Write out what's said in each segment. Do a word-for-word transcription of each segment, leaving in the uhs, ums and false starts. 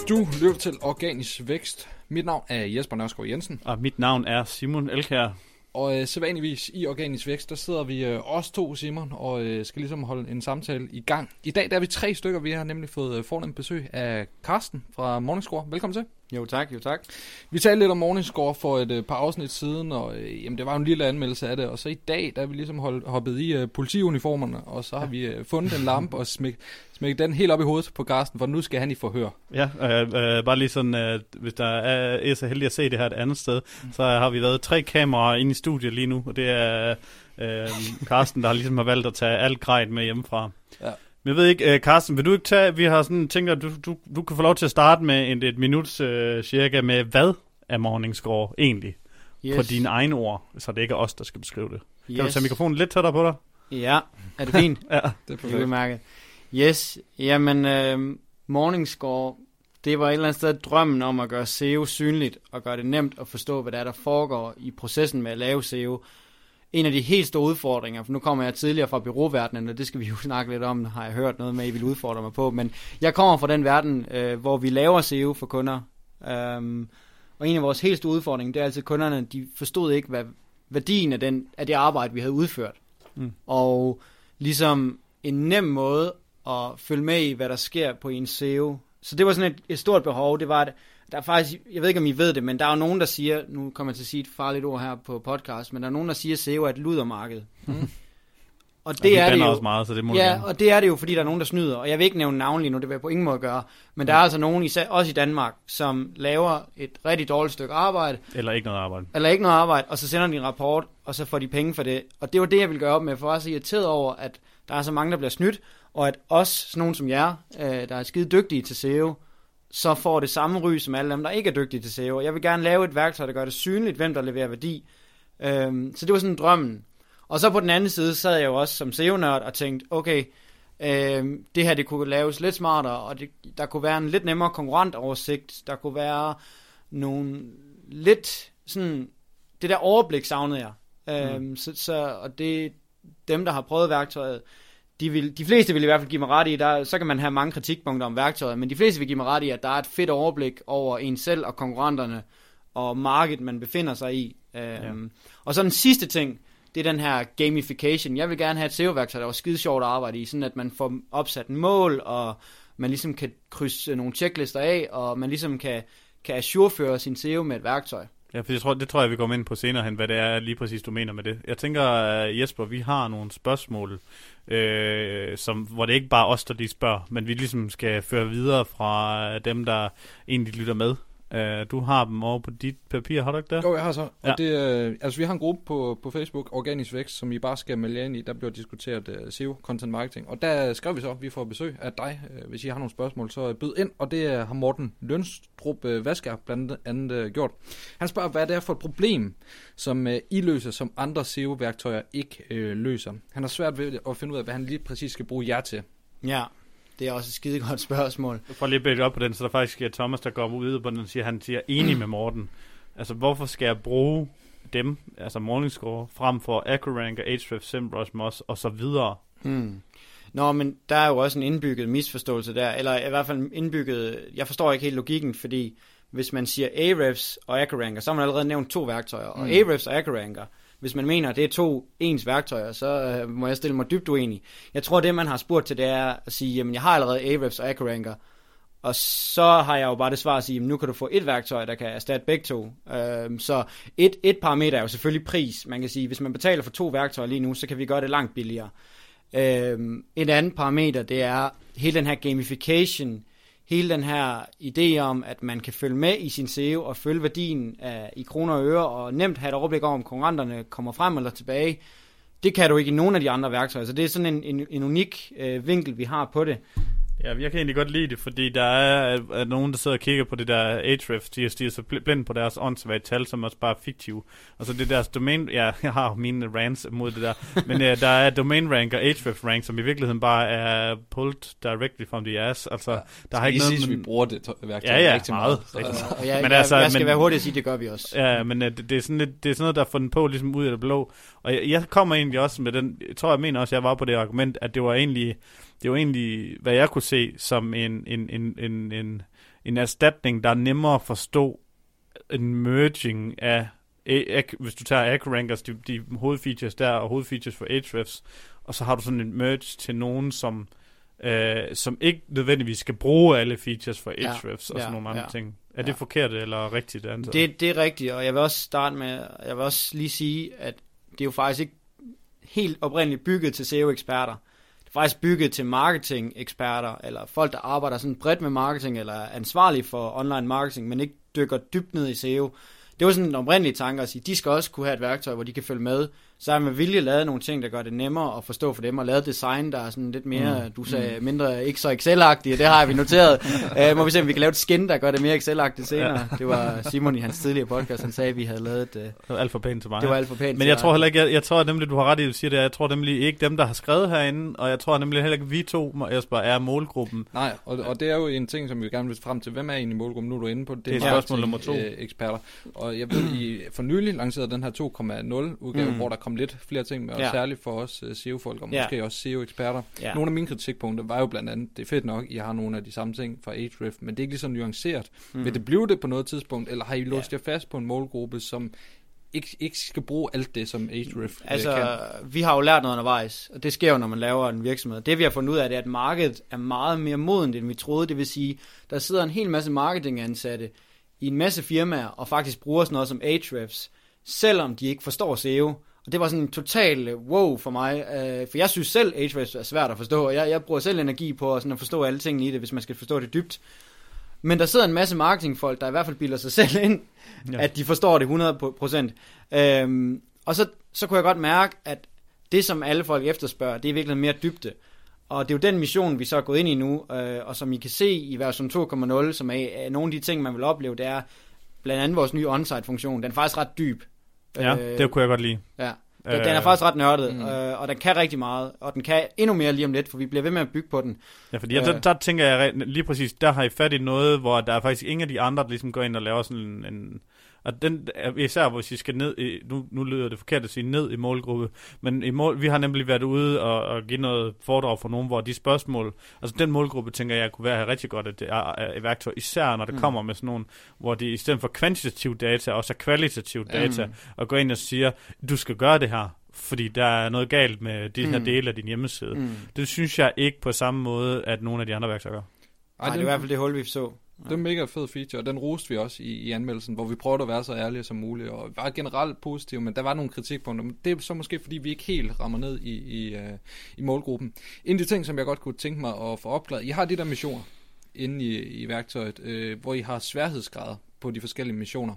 Du lytter til Organisk Vækst. Mit navn er Jesper Nørskov Jensen. Og mit navn er Simon Elkjær. Og øh, sædvanligvis i Organisk Vækst, der sidder vi øh, os to, Simon, og øh, skal ligesom holde en samtale i gang. I dag der er vi tre stykker. Vi har nemlig fået øh, fornemt besøg af Carsten fra Morningscore. Velkommen til. Jo tak, jo tak. Vi talte lidt om Morningscore for et øh, par afsnit siden, og øh, jamen, det var jo en lille anmeldelse af det. Og så i dag, der er vi ligesom holdt, hoppet i øh, politiuniformerne, og så har vi øh, fundet en lampe og smækket smæk den helt op i hovedet på Carsten, for nu skal han i forhør. Ja, øh, øh, bare lige sådan, øh, hvis der er, er så heldig at se det her et andet sted, mm. så har vi været tre kameraer inde i studiet lige nu, og det er øh, Carsten, der ligesom har valgt at tage alt grejt med hjemmefra. Ja. Men jeg ved ikke, Carsten, vil du ikke tage, vi har sådan tænkt, at du, du, du kan få lov til at starte med et, et minut øh, cirka med, hvad er Morningscore egentlig? Yes. På dine egne ord, så det ikke er os, der skal beskrive det. Yes. Kan du tage mikrofonen lidt tættere på dig? Ja, er det fint? Ja, det er perfekt. Mærke. Yes, jamen øh, Morningscore, det var et eller andet sted drømmen om at gøre S E O synligt og gøre det nemt at forstå, hvad der er, der foregår i processen med at lave S E O. En af de helt store udfordringer, for nu kommer jeg tidligere fra byråverdenen, og det skal vi jo snakke lidt om, har jeg hørt noget med, I vil udfordre mig på, men jeg kommer fra den verden, øh, hvor vi laver S E O for kunder, um, og en af vores helt store udfordringer, det er altid kunderne, de forstod ikke, hvad værdien af, den, af det arbejde, vi havde udført, mm. og ligesom en nem måde at følge med i, hvad der sker på en S E O. Så det var sådan et, et stort behov, det var, at der er faktisk, jeg ved ikke om I ved det, men der er jo nogen, der siger, nu kommer jeg til at sige et farligt ord her på podcast, men der er nogen, der siger, at S E O er et ludermarked. Mm. Og det, og er det jo. Også meget, så det må ja, og det er det jo, fordi der er nogen, der snyder. Og jeg vil ikke nævne navn lige nu, det vil jeg på ingen måde gøre. Men der er altså nogen, især, også i Danmark, som laver et rigtig dårligt stykke arbejde. Eller ikke noget arbejde. Eller ikke noget arbejde, og så sender de en rapport, og så får de penge for det. Og det var det, jeg ville gøre op med, for jeg er så irriteret over, at der er så mange, der bliver snydt, og at os, sådan nogen som jer, øh, der er skide dygtige til S E O, så får det samme ry som alle dem, der ikke er dygtige til S E O. Jeg vil gerne lave et værktøj, der gør det synligt, hvem der leverer værdi. Øhm, så det var sådan drømmen. Og så på den anden side sad jeg jo også som S E O-nørd og tænkte, okay, øhm, det her det kunne laves lidt smartere, og det, der kunne være en lidt nemmere konkurrentoversigt. Der kunne være nogle lidt sådan, det der overblik savnede jeg. Øhm, mm. så, så, og det dem, der har prøvet værktøjet, De, vil, de fleste vil i hvert fald give mig ret i, der, så kan man have mange kritikpunkter om værktøjet, men de fleste vil give mig ret i, at der er et fedt overblik over en selv og konkurrenterne og markedet, man befinder sig i. Øhm, ja. Og så den sidste ting, det er den her gamification. Jeg vil gerne have et S E O-værktøj, der var skide sjovt at arbejde i, sådan at man får opsat en mål, og man ligesom kan krydse nogle checklister af, og man ligesom kan, kan ajourføre sin S E O med et værktøj. Ja, for jeg tror, det tror jeg, vi kommer ind på senere hen, hvad det er lige præcis, du mener med det. Jeg tænker, Jesper, vi har nogle spørgsmål, øh, som, hvor det ikke bare os, der lige spørger, men vi ligesom skal føre videre fra dem, der egentlig lytter med. Uh, du har dem over på dit papir, har du ikke det? Jo, jeg har så. Og ja. det, øh, altså, vi har en gruppe på, på Facebook, Organisk Vækst, som I bare skal melde ind i. Der bliver diskuteret uh, S E O, Content Marketing. Og der skrev vi så, at vi får besøg af dig. Uh, hvis I har nogle spørgsmål, så byd ind. Og det har Morten Lønstrup uh, Vasker blandt andet uh, gjort. Han spørger, hvad det er for et problem, som uh, I løser, som andre S E O-værktøjer ikke uh, løser. Han har svært ved at finde ud af, hvad han lige præcis skal bruge jer til. Ja. Det er også et skide godt spørgsmål. Jeg får lige bedt op på den, så der faktisk er Thomas, der går ud på den og siger, han siger enig med Morten. Altså, hvorfor skal jeg bruge dem, altså Morningscore, frem for AccuRanker, Ahrefs, SEMrush, Moz og så videre? Hmm. Nå, men der er jo også en indbygget misforståelse der, eller i hvert fald indbygget, jeg forstår ikke helt logikken, fordi hvis man siger Ahrefs og AccuRanker, så har man allerede nævnt to værktøjer, og mm. Ahrefs og AccuRanker, hvis man mener, at det er to ens værktøjer, så øh, må jeg stille mig dybt uenig. Jeg tror, det man har spurgt til, det er at sige, jamen jeg har allerede Ahrefs og AccuRanker, og så har jeg jo bare det svar at sige, jamen nu kan du få et værktøj, der kan erstatte begge to. Øh, så et, et parameter er jo selvfølgelig pris. Man kan sige, hvis man betaler for to værktøjer lige nu, så kan vi gøre det langt billigere. Øh, et andet parameter, det er hele den her gamification, hele den her idé om, at man kan følge med i sin S E O og følge værdien af, i kroner og øre, og nemt have et overblik over, om konkurrenterne kommer frem eller tilbage. Det kan du ikke i nogen af de andre værktøjer, så det er sådan en, en, en unik øh, vinkel, vi har på det. Ja, jeg kan egentlig godt lide det, fordi der er, er nogen, der sidder og kigger på det der Ahrefs, de er så blind på deres åndssvage tal, som også bare er fiktive. Altså det deres domain, ja, jeg har mine rants mod det der, men ja, der er domain rank og Ahrefs rank, som i virkeligheden bare er pulled directly from the ass. Altså, ja, der har ikke noget, men... vi bruger det værktøj ja, ja, rigtig meget. meget. meget. Og jeg, men jeg, altså, jeg skal men, være hurtig at sige, det gør vi også. Ja, men det, det, er sådan lidt, det er sådan noget, der er fundet på ligesom ud af det blå. Og jeg, jeg kommer egentlig også med den, jeg tror, jeg mener også, jeg var på det argument, at det var egentlig det er jo egentlig, hvad jeg kunne se som en, en, en, en, en, en erstatning, der er nemmere at forstå en merging af, hvis du tager AccuRankers, de, de hovedfeatures der, og hovedfeatures for Ahrefs, og så har du sådan en merge til nogen, som, øh, som ikke nødvendigvis skal bruge alle features for Ahrefs, ja, og sådan ja, nogle andre ja, ting. Er det ja. forkert eller rigtigt? Det, det er rigtigt, og jeg vil også starte med, jeg vil også lige sige, at det er jo faktisk ikke helt oprindeligt bygget til S E O-eksperter. Det er faktisk bygget til marketing-eksperter, eller folk, der arbejder sådan bredt med marketing, eller er ansvarlige for online marketing, men ikke dykker dybt ned i S E O. Det var sådan en oprindelig tanke at sige, de skal også kunne have et værktøj, hvor de kan følge med. Så har man med vilje lavet nogle ting, der gør det nemmere at forstå for dem, og lavet design, der er sådan lidt mere, mm. du sagde, mindre ikke så Excel-agtigt, det har vi noteret. uh, må vi se, om vi kan lave et skin, der gør det mere Excel-agtigt senere. Ja. Det var Simon i hans tidligere podcast, han sagde, at vi havde lavet et... Uh, det var alt for pænt til mig. Det var alt for pænt. Men jeg tror heller ikke, jeg, jeg tror nemlig, du har ret i, at du siger det, jeg tror nemlig ikke dem, der har skrevet herinde, og jeg tror nemlig heller ikke, vi to, Jesper, er målgruppen. Nej, og, og det er jo en ting, som vi gerne vil frem til. Hvem er egentlig målgruppen? Nu er du inde på det. Det er spørgsmål nummer to. Eksperter. Og jeg ved, I for nylig lancerede den her to komma nul udgave, mm. hvor der kom lidt flere ting med, og ja. særligt for os uh, S E O-folk, og måske ja. også S E O-eksperter. Ja. Nogle af mine kritikpunkter var jo blandt andet, det er fedt nok, I har nogle af de samme ting fra Ahrefs, men det er ikke lige så nuanceret. Mm. Vil det blive det på noget tidspunkt, eller har I låst ja. jer fast på en målgruppe, som ikke, ikke skal bruge alt det, som Ahrefs altså, kan? Vi har jo lært noget undervejs, og det sker jo, når man laver en virksomhed. Det vi har fundet ud af, det er, at markedet er meget mere modent, end vi troede. Det vil sige, der sidder en hel masse marketingansatte i en masse firmaer, og faktisk bruger sådan noget som Ahrefs, selvom de ikke forstår S E O. Og det var sådan en total wow for mig, øh, for jeg synes selv, Ahrefs er svært at forstå, og jeg, jeg bruger selv energi på sådan at forstå alle tingene i det, hvis man skal forstå det dybt. Men der sidder en masse marketingfolk, der i hvert fald bilder sig selv ind, ja. at de forstår det hundrede procent. Øhm, og så, så kunne jeg godt mærke, at det, som alle folk efterspørger, det er virkelig mere dybde. Og det er jo den mission, vi så er gået ind i nu, øh, og som I kan se i version to komma nul, som er, er nogle af de ting, man vil opleve, det er blandt andet vores nye on-site-funktion. Den er faktisk ret dyb. Ja, øh, det kunne jeg godt lide. Ja, den, øh, den er faktisk ret nørdet, mm. øh, og den kan rigtig meget, og den kan endnu mere lige om lidt, for vi bliver ved med at bygge på den. Ja, fordi øh, der, der tænker jeg lige præcis, der har I fat i noget, hvor der er faktisk ingen af de andre, der ligesom går ind og laver sådan en... en og den, især hvis I skal ned i, nu, nu lyder det forkert at sige ned i målgruppe, men i mål, vi har nemlig været ude og, og give noget foredrag for nogen, hvor de spørgsmål, altså den målgruppe tænker jeg kunne være rigtig godt, at det er et værktøj, især når det mm. kommer med sådan nogle, hvor det i stedet for kvantitativ data, også er kvalitativ data, mm. og går ind og siger, du skal gøre det her, fordi der er noget galt med de her mm. dele af din hjemmeside. Mm. Det synes jeg ikke på samme måde, at nogle af de andre værktøjer gør. Nej, det er i hvert fald det hul, vi så. Det er en mega fed feature, og den roste vi også i, i anmeldelsen, hvor vi prøvede at være så ærlige som muligt, og var generelt positive, men der var nogle kritikpunkter, men det er så måske, fordi vi ikke helt rammer ned i, i, uh, i målgruppen. En af de ting, som jeg godt kunne tænke mig at få opklaret, I har de der missioner inde i, i værktøjet, øh, hvor I har sværhedsgrader på de forskellige missioner.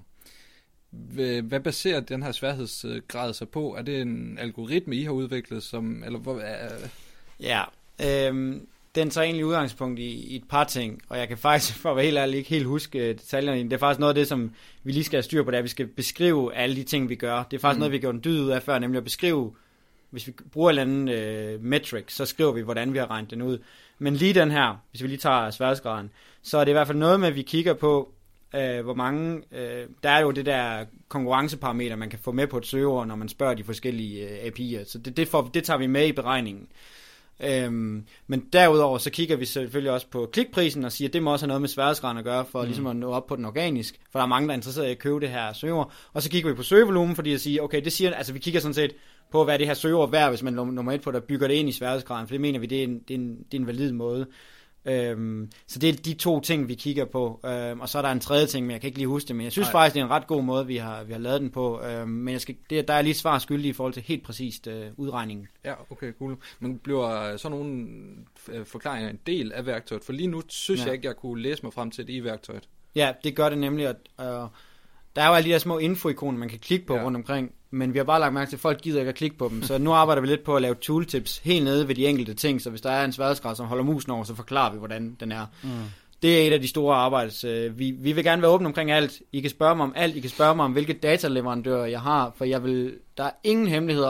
Hvad baserer den her sværhedsgrad sig på? Er det en algoritme, I har udviklet, som, eller hvor er... Ja, øhm den tager egentlig udgangspunkt i, i et par ting, og jeg kan faktisk, for at være helt ærlig, ikke helt huske detaljerne. Det er faktisk noget af det, som vi lige skal have styr på, det er, at vi skal beskrive alle de ting, vi gør. Det er faktisk mm. noget, vi har gjort en dyd ud af før, nemlig at beskrive, hvis vi bruger en eller anden øh, metric, så skriver vi, hvordan vi har regnet den ud. Men lige den her, hvis vi lige tager sværhedsgraden, så er det i hvert fald noget med, at vi kigger på, øh, hvor mange, øh, der er jo det der konkurrenceparameter, man kan få med på et søgeord, når man spørger de forskellige øh, A P I'er. Så det, det, får, det tager vi med i beregningen. Øhm, men derudover så kigger vi selvfølgelig også på klikprisen og siger, at det må også have noget med sværhedsgraden at gøre for mm. ligesom at nå op på den organisk, for der er mange, der er interesseret i at købe det her søgeord. Og så kigger vi på søgevolumen, fordi at sige, okay, det siger, altså vi kigger sådan set på, hvad det her søgeord værd, hvis man nummer et på, der bygger det ind i sværhedsgraden, for det mener vi, det er en, det er en, det er en valid måde. Øhm, så det er de to ting, vi kigger på, øhm, og så er der en tredje ting, men jeg kan ikke lige huske det, men jeg synes Ej. faktisk, det er en ret god måde, vi har, vi har lavet den på, øhm, men jeg skal, det, der er lige svar skyldig i forhold til helt præcist øh, udregningen. Ja, okay, cool. Men bliver så nogle forklaringer en del af værktøjet? For lige nu synes ja. jeg ikke, jeg kunne læse mig frem til det i værktøjet. Ja, det gør det nemlig, at øh, der er jo alle de der små info-ikoner, man kan klikke på ja. rundt omkring, men vi har bare lagt mærke til, at folk gider ikke at klikke på dem, så nu arbejder vi lidt på at lave tooltips helt nede ved de enkelte ting, så hvis der er en sværhedsgrad, som holder musen over, så forklarer vi, hvordan den er. Mm. Det er et af de store arbejds. Vi, vi vil gerne være åbne omkring alt. I kan spørge mig om alt. I kan spørge mig om, hvilke dataleverandører jeg har, for jeg vil, der er ingen hemmeligheder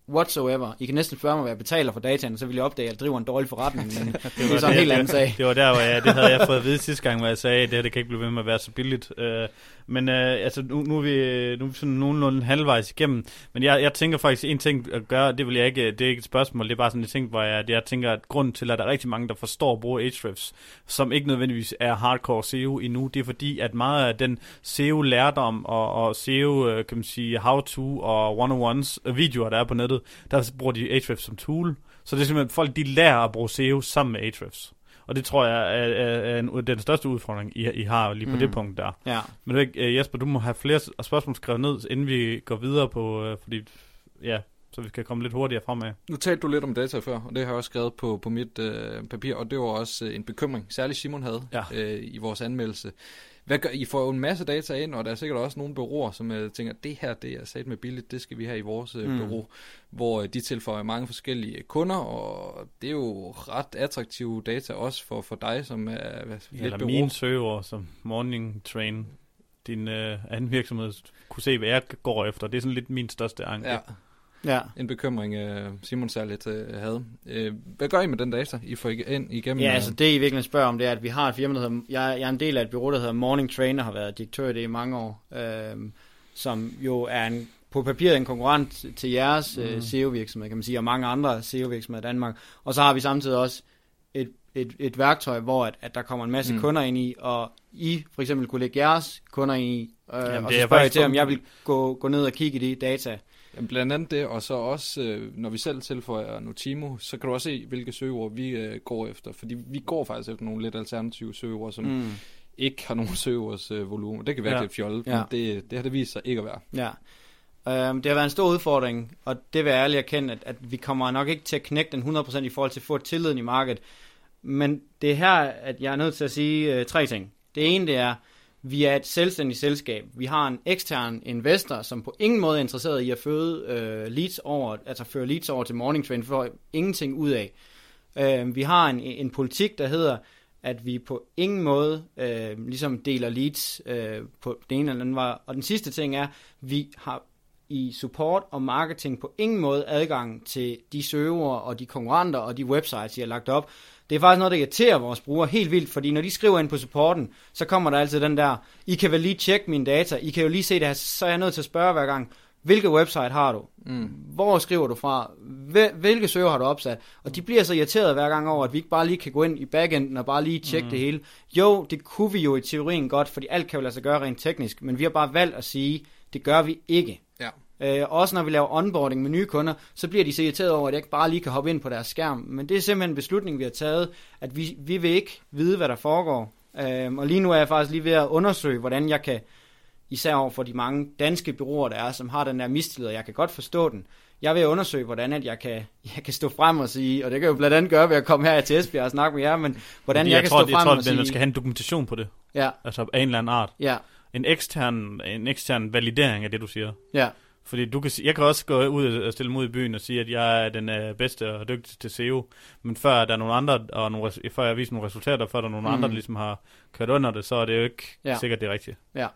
whatsoever. I kan næsten spørge mig, hvad jeg betaler for dataen, så vil jeg opdage, at jeg driver en dårlig forretning, men det, det er så en helt anden sag. Det var der, hvor jeg, det havde jeg fået at vide sidste gang, hvor jeg sagde, at det her det kan ikke blive ved med at være så billigt. Uh, men uh, altså, nu, nu, er vi, nu er vi sådan nogenlunde halvvejs igennem, men jeg, jeg tænker faktisk en ting at gøre, det vil jeg ikke, det er ikke et spørgsmål, det er bare sådan en ting, hvor jeg, jeg tænker, at grunden til, at der er rigtig mange, der forstår at bruge Ahrefs, som ikke nødvendigvis er hardcore S E O endnu, det er fordi, at meget af den S E O-lærdom og, og S E O, kan man sige, how-to og one-on-ones videoer, der er på nettet, der bruger de Ahrefs som tool. Så det er simpelthen, folk de lærer at bruge S E O sammen med Ahrefs. Og det tror jeg er, er, er en, den største udfordring, I, I har lige på mm. det punkt der. Ja. Men du ikke, Jesper, du må have flere spørgsmål skrevet ned, inden vi går videre på, fordi, ja, så vi kan komme lidt hurtigere fremad. Nu talte du lidt om data før, og det har jeg også skrevet på, på mit øh, papir, og det var også øh, en bekymring, særligt Simon havde ja. øh, i vores anmeldelse. Hvad gør, I får jo en masse data ind, og der er sikkert også nogle bureauer, som uh, tænker, det her det er sat med billigt, det skal vi have i vores uh, mm. bureau, hvor uh, de tilføjer mange forskellige kunder, og det er jo ret attraktive data også for, for dig, som er uh, lidt ja, eller bureau. Mine søger som Morning Train, din uh, anden virksomhed, kunne se, hvad jeg går efter. Det er sådan lidt min største anke. Ja. Ja. En bekymring, Simon særligt havde. Hvad gør I med den data, I får ind igennem? Ja, altså det I virkelig spørger om, det er, at vi har et firma, der hedder, jeg, jeg er en del af et bureau, der hedder Morning Train, og har været direktør i det i mange år, øh, som jo er en, på papiret en konkurrent til jeres mm. øh, S E O-virksomhed, kan man sige, og mange andre S E O-virksomheder i Danmark. Og så har vi samtidig også et, et, et værktøj, hvor at, at der kommer en masse mm. kunder ind i, og I for eksempel kunne lægge jeres kunder ind i, øh, Jamen, og så spørger jeg til, om jeg vil gå, gå ned og kigge i de data. Jamen, blandt andet det, og så også, øh, når vi selv tilføjer Notimo, så kan du også se, hvilke søgeord vi øh, går efter. Fordi vi går faktisk efter nogle lidt alternative søgeord, som mm. ikke har nogen søgeords øh, volumen. Det kan være ja. lidt fjollet, ja. men det, det har det vist sig ikke at være. Ja. Øhm, det har været en stor udfordring, og det vil jeg ærligt erkende, at, at vi kommer nok ikke til at knække den hundrede procent i forhold til at få tilliden i markedet. Men det er her, at jeg er nødt til at sige øh, tre ting. Det ene, det er, vi er et selvstændigt selskab. Vi har en ekstern investor, som på ingen måde er interesseret i at føde øh, leads over, altså føre leads over til Morning Train, for ingenting ud af. Øh, vi har en, en politik, der hedder, at vi på ingen måde øh, ligesom deler leads øh, på den ene eller anden vej. Og den sidste ting er, vi har i support og marketing på ingen måde adgang til de søgere og de konkurrenter og de websites, I har lagt op. Det er faktisk noget, der irriterer vores brugere helt vildt, fordi når de skriver ind på supporten, så kommer der altid den der, I kan vel lige tjekke mine data, I kan jo lige se det her, så er jeg nødt til at spørge hver gang, hvilke website har du? Mm. Hvor skriver du fra? Hvilke søger har du opsat? Og de bliver så irriteret hver gang over, at vi ikke bare lige kan gå ind i backenden og bare lige tjekke mm. det hele. Jo, det kunne vi jo i teorien godt, fordi alt kan jo lade sig gøre rent teknisk, men vi har bare valgt at sige, det gør vi ikke. Ja. Øh, også når vi laver onboarding med nye kunder, så bliver de så irriteret over, at jeg ikke bare lige kan hoppe ind på deres skærm. Men det er simpelthen en beslutning, vi har taget, at vi, vi vil ikke vide, hvad der foregår. Øh, og lige nu er jeg faktisk lige ved at undersøge, hvordan jeg kan, især over for de mange danske bureauer, der er, som har den der mistillid, og jeg kan godt forstå den. Jeg vil undersøge, hvordan at jeg, kan, jeg kan stå frem og sige, og det kan jo blandt andet gøre ved at komme her til Esbjerg og snakke med jer, men hvordan jeg, jeg kan tror, stå frem tror, og sige... Jeg tror, at man skal have en dokumentation på det. Ja. Altså af en eller anden art. Ja. En ekstern, en ekstern validering af det, du siger. Ja. Fordi du kan, jeg kan også gå ud og stille mig ud i byen og sige, at jeg er den øh, bedste og dygtigste til S E O, men før der er nogle andre, og nogle, før jeg viser nogle resultater, før der er nogle mm. andre, der ligesom har kørt under det, så er det jo ikke ja. sikkert det rigtige. Ja,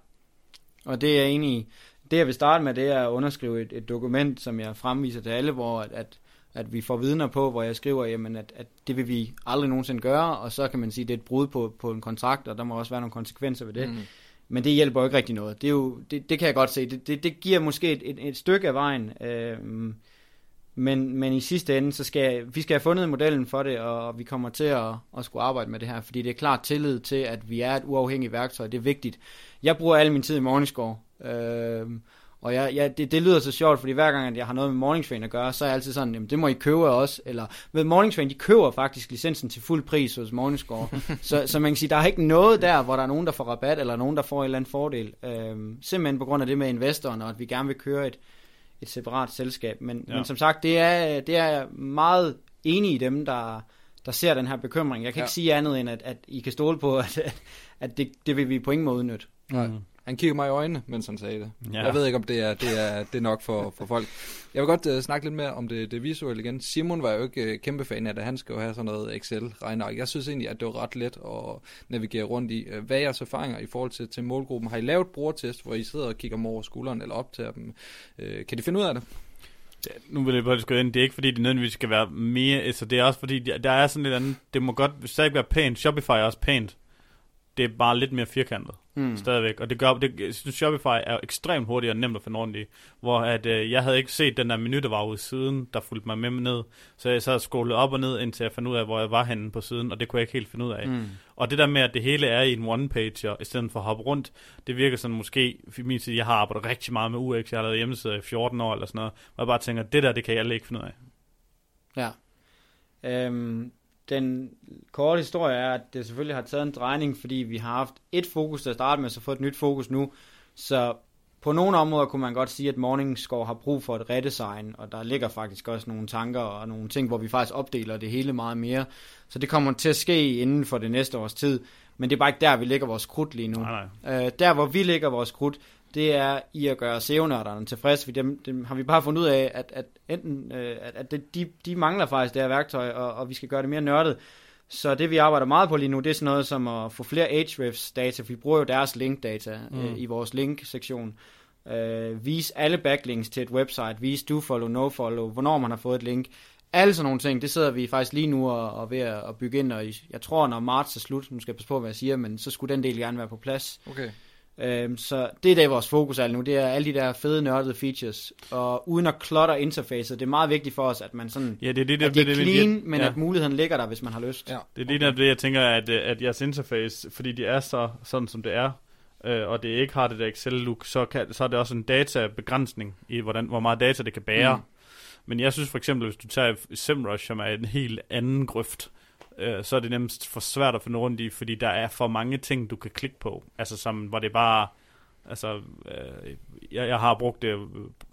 og det er jeg enig i. Det jeg vil starte med, det er at underskrive et, et dokument, som jeg fremviser til alle, hvor at, at, at vi får vidner på, hvor jeg skriver, jamen, at, at det vil vi aldrig nogensinde gøre, og så kan man sige, at det er et brud på, på en kontrakt, og der må også være nogle konsekvenser ved det. Mm. Men det hjælper jo ikke rigtig noget. Det, er jo, det, det kan jeg godt se. Det, det, det giver måske et, et, et stykke af vejen. Øhm, men, men i sidste ende, så skal jeg, vi skal have fundet modellen for det, og vi kommer til at, at skulle arbejde med det her. Fordi det er klart tillid til, at vi er et uafhængigt værktøj. Det er vigtigt. Jeg bruger al min tid i Morningscore. Øhm, og jeg, jeg, det, det lyder så sjovt, fordi hver gang at jeg har noget med Morning Train at gøre, så er jeg altid sådan, jamen det må I købe også. Eller ved Morning Train, de køber faktisk licensen til fuld pris hos Morningscore. så, så man kan sige, der er ikke noget der, hvor der er nogen, der får rabat, eller nogen, der får en eller anden fordel. Øhm, simpelthen på grund af det med investoren, og at vi gerne vil køre et, et separat selskab. Men, ja. men som sagt, det er, det er meget enig i dem, der, der ser den her bekymring. Jeg kan ja. ikke sige andet end, at, at I kan stole på, at, at det, det vil vi på ingen måde udnytte. Nej. Mm. Han kigger mig i øjnene, mens han sagde det. Ja. Jeg ved ikke, om det er, det er, det er nok for, for folk. Jeg vil godt uh, snakke lidt mere om det, det visuelle igen. Simon var jo ikke uh, kæmpe fan af det. Han skal jo have sådan noget Excel-regneark. Jeg synes egentlig, at det var ret let at navigere rundt i. Hvad er jeres erfaringer i forhold til, til målgruppen? Har I lavet brugertest, hvor I sidder og kigger dem over skulderen eller optager dem? Uh, kan de finde ud af det? Nu vil jeg bare skrive ind, det er ikke fordi, det nødvendigvis skal være mere, altså det er også fordi, der er sådan lidt andet, det må godt stadig være pænt, Shopify er også pænt, det er bare lidt mere firkantet, mm. stadigvæk, og det gør, det, jeg synes, Shopify er ekstremt hurtigt og nemt at finde rundt i, hvor at, øh, jeg havde ikke set den der menu, der var ude i siden, der fulgte mig med ned, så jeg så scrollet op og ned, indtil jeg fandt ud af, hvor jeg var henne på siden, og det kunne jeg ikke helt finde ud af. Mm. Og det der med, at det hele er i en one-pager, i stedet for at hoppe rundt, det virker sådan måske, for min side, jeg har arbejdet rigtig meget med U X, jeg har lavet hjemmesider i fjorten år eller sådan noget, og jeg bare tænker, det der, det kan jeg ikke finde ud af. Ja. Øhm, den korte historie er, at det selvfølgelig har taget en drejning, fordi vi har haft et fokus til at starte med, så fået et nyt fokus nu, så på nogle områder kunne man godt sige, at Morningscore har brug for et redesign, og der ligger faktisk også nogle tanker og nogle ting, hvor vi faktisk opdeler det hele meget mere. Så det kommer til at ske inden for det næste års tid, men det er bare ikke der, vi lægger vores krudt lige nu. Nej, nej. Øh, der, hvor vi lægger vores krudt, det er i at gøre S E O-nørderne tilfredse, for dem, dem har vi bare fundet ud af, at, at, enten, øh, at, at det, de, de mangler faktisk det her værktøj, og, og vi skal gøre det mere nørdet. Så det vi arbejder meget på lige nu, det er sådan noget som at få flere Ahrefs data, for vi bruger jo deres linkdata mm. øh, i vores link-sektion. Øh, vis alle backlinks til et website, vis do-follow, no-follow, hvornår man har fået et link. Alle sådan nogle ting, det sidder vi faktisk lige nu og, og ved at, at bygge ind, og jeg tror, når marts er slut, nu skal jeg passe på, hvad jeg siger, men så skulle den del gerne være på plads. Okay. Øhm, så det er det, vores fokus er nu, det er alle de der fede nørdede features, og uden at clutter interfacet, det er meget vigtigt for os, at man sådan, ja, det er, det, det, at det er det, clean, det, men ja. at muligheden ligger der, hvis man har lyst. Ja. Det er lige okay. Det, jeg tænker, at, at jeres interface, fordi de er så sådan, som det er, øh, og det ikke har det der Excel-look, så, kan, så er det også en databegrænsning i, hvordan, hvor meget data det kan bære. Mm. Men jeg synes for eksempel, hvis du tager SEMrush, som er en helt anden grøft, øh, så er det nemmest for svært at finde rundt i, fordi der er for mange ting, du kan klikke på. Altså, som, hvor det bare... Altså, øh, jeg, jeg har brugt det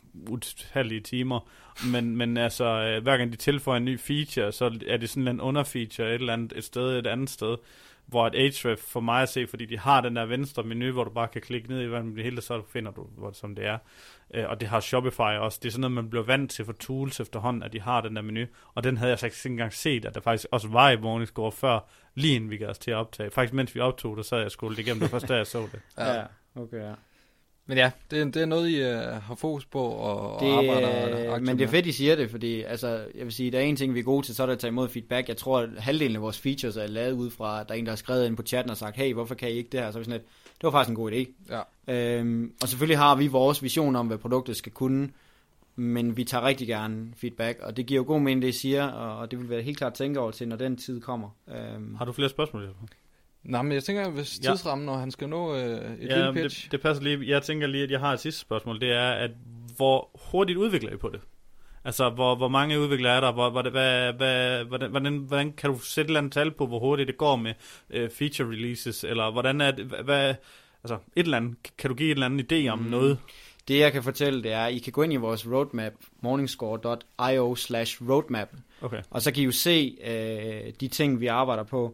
utallige timer, men, men altså, øh, hver gang de tilføjer en ny feature, så er det sådan en underfeature et eller andet et sted, et andet sted, hvor et Ahref for mig at se, fordi de har den der venstre menu, hvor du bare kan klikke ned i hvad det hele, så finder du, hvor, som det er. Øh, og det har Shopify også. Det er sådan noget, man bliver vant til for tools efterhånden, at de har den der menu. Og den havde jeg faktisk ikke engang set, at der faktisk også var i Morningscore før, lige inden vi gav os til at optage. Faktisk mens vi optog det, så havde jeg skolet igennem det første, da jeg så det. Ja, okay, ja. Men ja, det, det er noget, I uh, har fokus på og, det, og arbejder aktivt. Men det er fedt, I siger det, fordi altså, jeg vil sige, der er en ting, vi er gode til, så er det at tage imod feedback. Jeg tror, at halvdelen af vores features er lavet ud fra, at der er en, der har skrevet ind på chatten og sagt, hey, hvorfor kan I ikke det her? Så er vi sådan lidt, det var faktisk en god idé. Ja. Øhm, og selvfølgelig har vi vores vision om, hvad produktet skal kunne, men vi tager rigtig gerne feedback, og det giver jo god mening, det I siger, og det vil være helt klart tænke over til, når den tid kommer. Øhm. Har du flere spørgsmål? Nej, men jeg tænker, hvis tidsrammen, når han skal nå øh, et ja, lille pitch. Det, det passer lige. Jeg tænker lige, at jeg har et sidste spørgsmål. Det er, at hvor hurtigt udvikler I på det? Altså, hvor, hvor mange udviklere er der? Hvor, hvor det, hvad, hvad, hvordan, hvordan, hvordan kan du sætte et eller andet tal på, hvor hurtigt det går med øh, feature releases? Eller hvordan er det? Hvad, altså, et eller andet. Kan du give et eller andet idé om mm. noget? Det, jeg kan fortælle, det er, at I kan gå ind i vores roadmap, morningscore punktum io slash roadmap, okay. og så kan I jo se øh, de ting, vi arbejder på.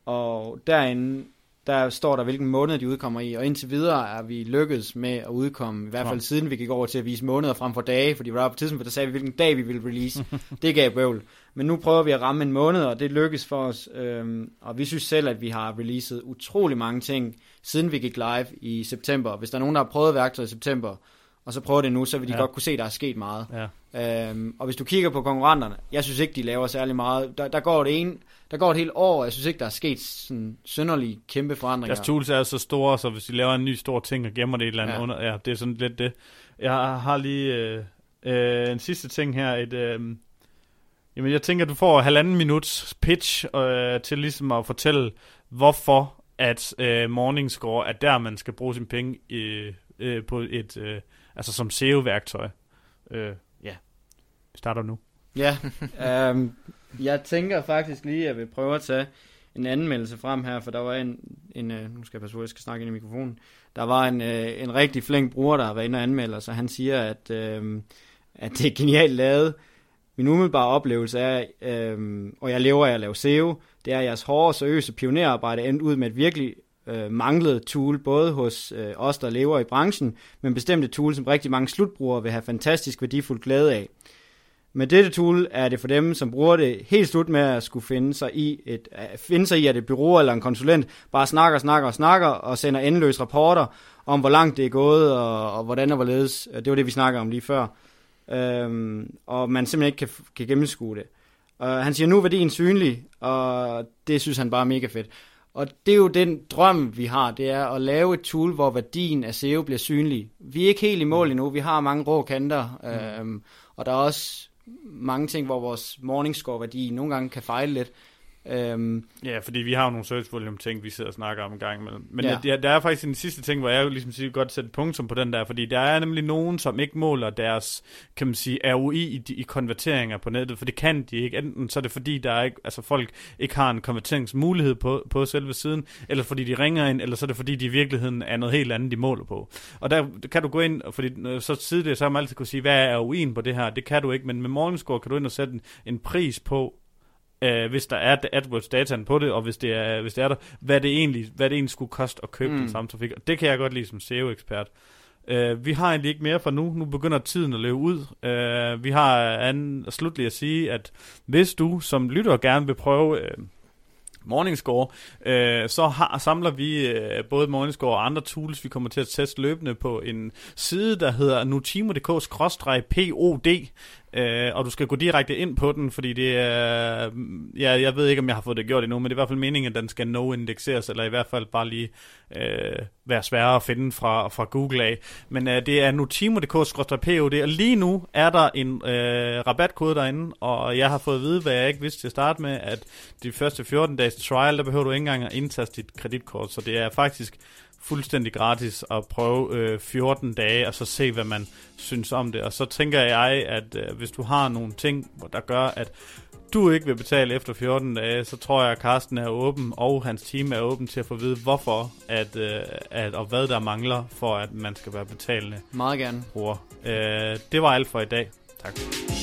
Og derinde, der står der, hvilken måned de udkommer i, og indtil videre er vi lykkedes med at udkomme, i hvert fald ja. Siden vi gik over til at vise måneder frem for dage, fordi vi var på tidspunkt, der sagde vi, hvilken dag vi ville release. Det gav bøvl. Men nu prøver vi at ramme en måned, og det lykkes for os, øhm, og vi synes selv, at vi har releaset utrolig mange ting, siden vi gik live i september. Hvis der er nogen, der har prøvet værktøj i september, og så prøver det nu, så vil de ja. Godt kunne se, at der er sket meget. Ja. Øhm, og hvis du kigger på konkurrenterne, jeg synes ikke, de laver særlig meget. Der, der går det en, der går et helt år, og jeg synes ikke, der er sket sådan synderlige kæmpe forandringer. Deres tools er så store, så hvis de laver en ny stor ting og gemmer det et eller andet ja. Under, ja, det er sådan lidt det. Jeg har lige øh, øh, en sidste ting her. Et, øh, jamen, jeg tænker, at du får halvanden minuts pitch øh, til ligesom at fortælle, hvorfor at øh, Morningscore er der, man skal bruge sine penge øh, øh, på et, øh, altså som S E O-værktøj. Øh, ja, vi starter nu. Ja, øhm, jeg tænker faktisk lige, at jeg vil prøve at tage en anmeldelse frem her, for der var en, en øh, nu skal jeg passe på, jeg skal snakke ind i mikrofonen, der var en, øh, en rigtig flink bruger, der har været inde og anmelder, så han siger, at, øh, at det er genialt lavet. Min umiddelbare oplevelse er, øh, og jeg lever af at lave S E O, det er, at jeres hårde og seriøse pionerarbejde endte ud med et virkelig øh, manglet tool, både hos øh, os, der lever i branchen, men bestemte tool, som rigtig mange slutbrugere vil have fantastisk værdifuld glæde af. Med dette tool er det for dem, som bruger det, helt slut med at skulle finde sig i, et, finde sig i at et bureau eller en konsulent bare snakker, snakker og snakker og sender endeløse rapporter om, hvor langt det er gået og, og hvordan og hvorledes. Det var det, vi snakker om lige før. øhm, og man simpelthen ikke kan, kan gennemskue det. Og han siger, nu er værdien synlig, og det synes han bare er mega fedt. Og det er jo den drøm, vi har, det er at lave et tool, hvor værdien af S E O bliver synlig. Vi er ikke helt i mål endnu, vi har mange rå kanter, mm. øhm, og der er også mange ting, hvor vores Morningscore-værdi nogle gange kan fejle lidt. Øhm, ja, fordi vi har jo nogle search volume ting, vi sidder og snakker om en gang imellem. Men ja. der, der er faktisk en sidste ting, hvor jeg jo ligesom siger, godt sætte punktum på den der, fordi der er nemlig nogen, som ikke måler deres, kan man sige, R O I i, i konverteringer på nettet, for det kan de ikke. Enten så er det fordi, der er ikke, altså folk ikke har en konverteringsmulighed på, på selve siden, eller fordi de ringer ind, eller så er det fordi, de i virkeligheden er noget helt andet, de måler på. Og der kan du gå ind, fordi så tidligere, så har man altid kunne sige, hvad er R O I'en på det her? Det kan du ikke, men med Morningscore kan du ind og sætte en, en pris på, Uh, hvis der er AdWords-dataen på det, og hvis det er, hvis det er der, hvad det egentlig, hvad det egentlig skulle koste at købe mm. den samme trafik. Og det kan jeg godt lide som S E O-ekspert. Uh, vi har egentlig ikke mere for nu. Nu begynder tiden at løbe ud. Uh, vi har anden, slutligt at sige, at hvis du som lytter gerne vil prøve uh, Morningscore, øh, så har, samler vi øh, både Morningscore og andre tools, vi kommer til at teste løbende på en side, der hedder nutimo punktum d k skråstreg P O D, øh, og du skal gå direkte ind på den, fordi det er, ja, jeg ved ikke, om jeg har fået det gjort endnu, men det er i hvert fald meningen, at den skal no-indekseres, eller i hvert fald bare lige øh, være sværere at finde fra, fra Google af. Men øh, det er nutimo punktum d k skråstreg P O D, og lige nu er der en øh, rabatkode derinde, og jeg har fået at vide, hvad jeg ikke vidste til at starte med, at de første fjorten dages trial, der behøver du ikke engang at indtaste dit kreditkort, så det er faktisk fuldstændig gratis at prøve øh, fjorten dage, og så se, hvad man synes om det. Og så tænker jeg, at øh, hvis du har nogle ting, der gør, at du ikke vil betale efter fjorten dage, så tror jeg, at Carsten er åben, og hans team er åben til at få at vide, hvorfor, at, øh, at, og hvad der mangler, for at man skal være betalende. Meget gerne. Bruger. Øh, det var alt for i dag. Tak.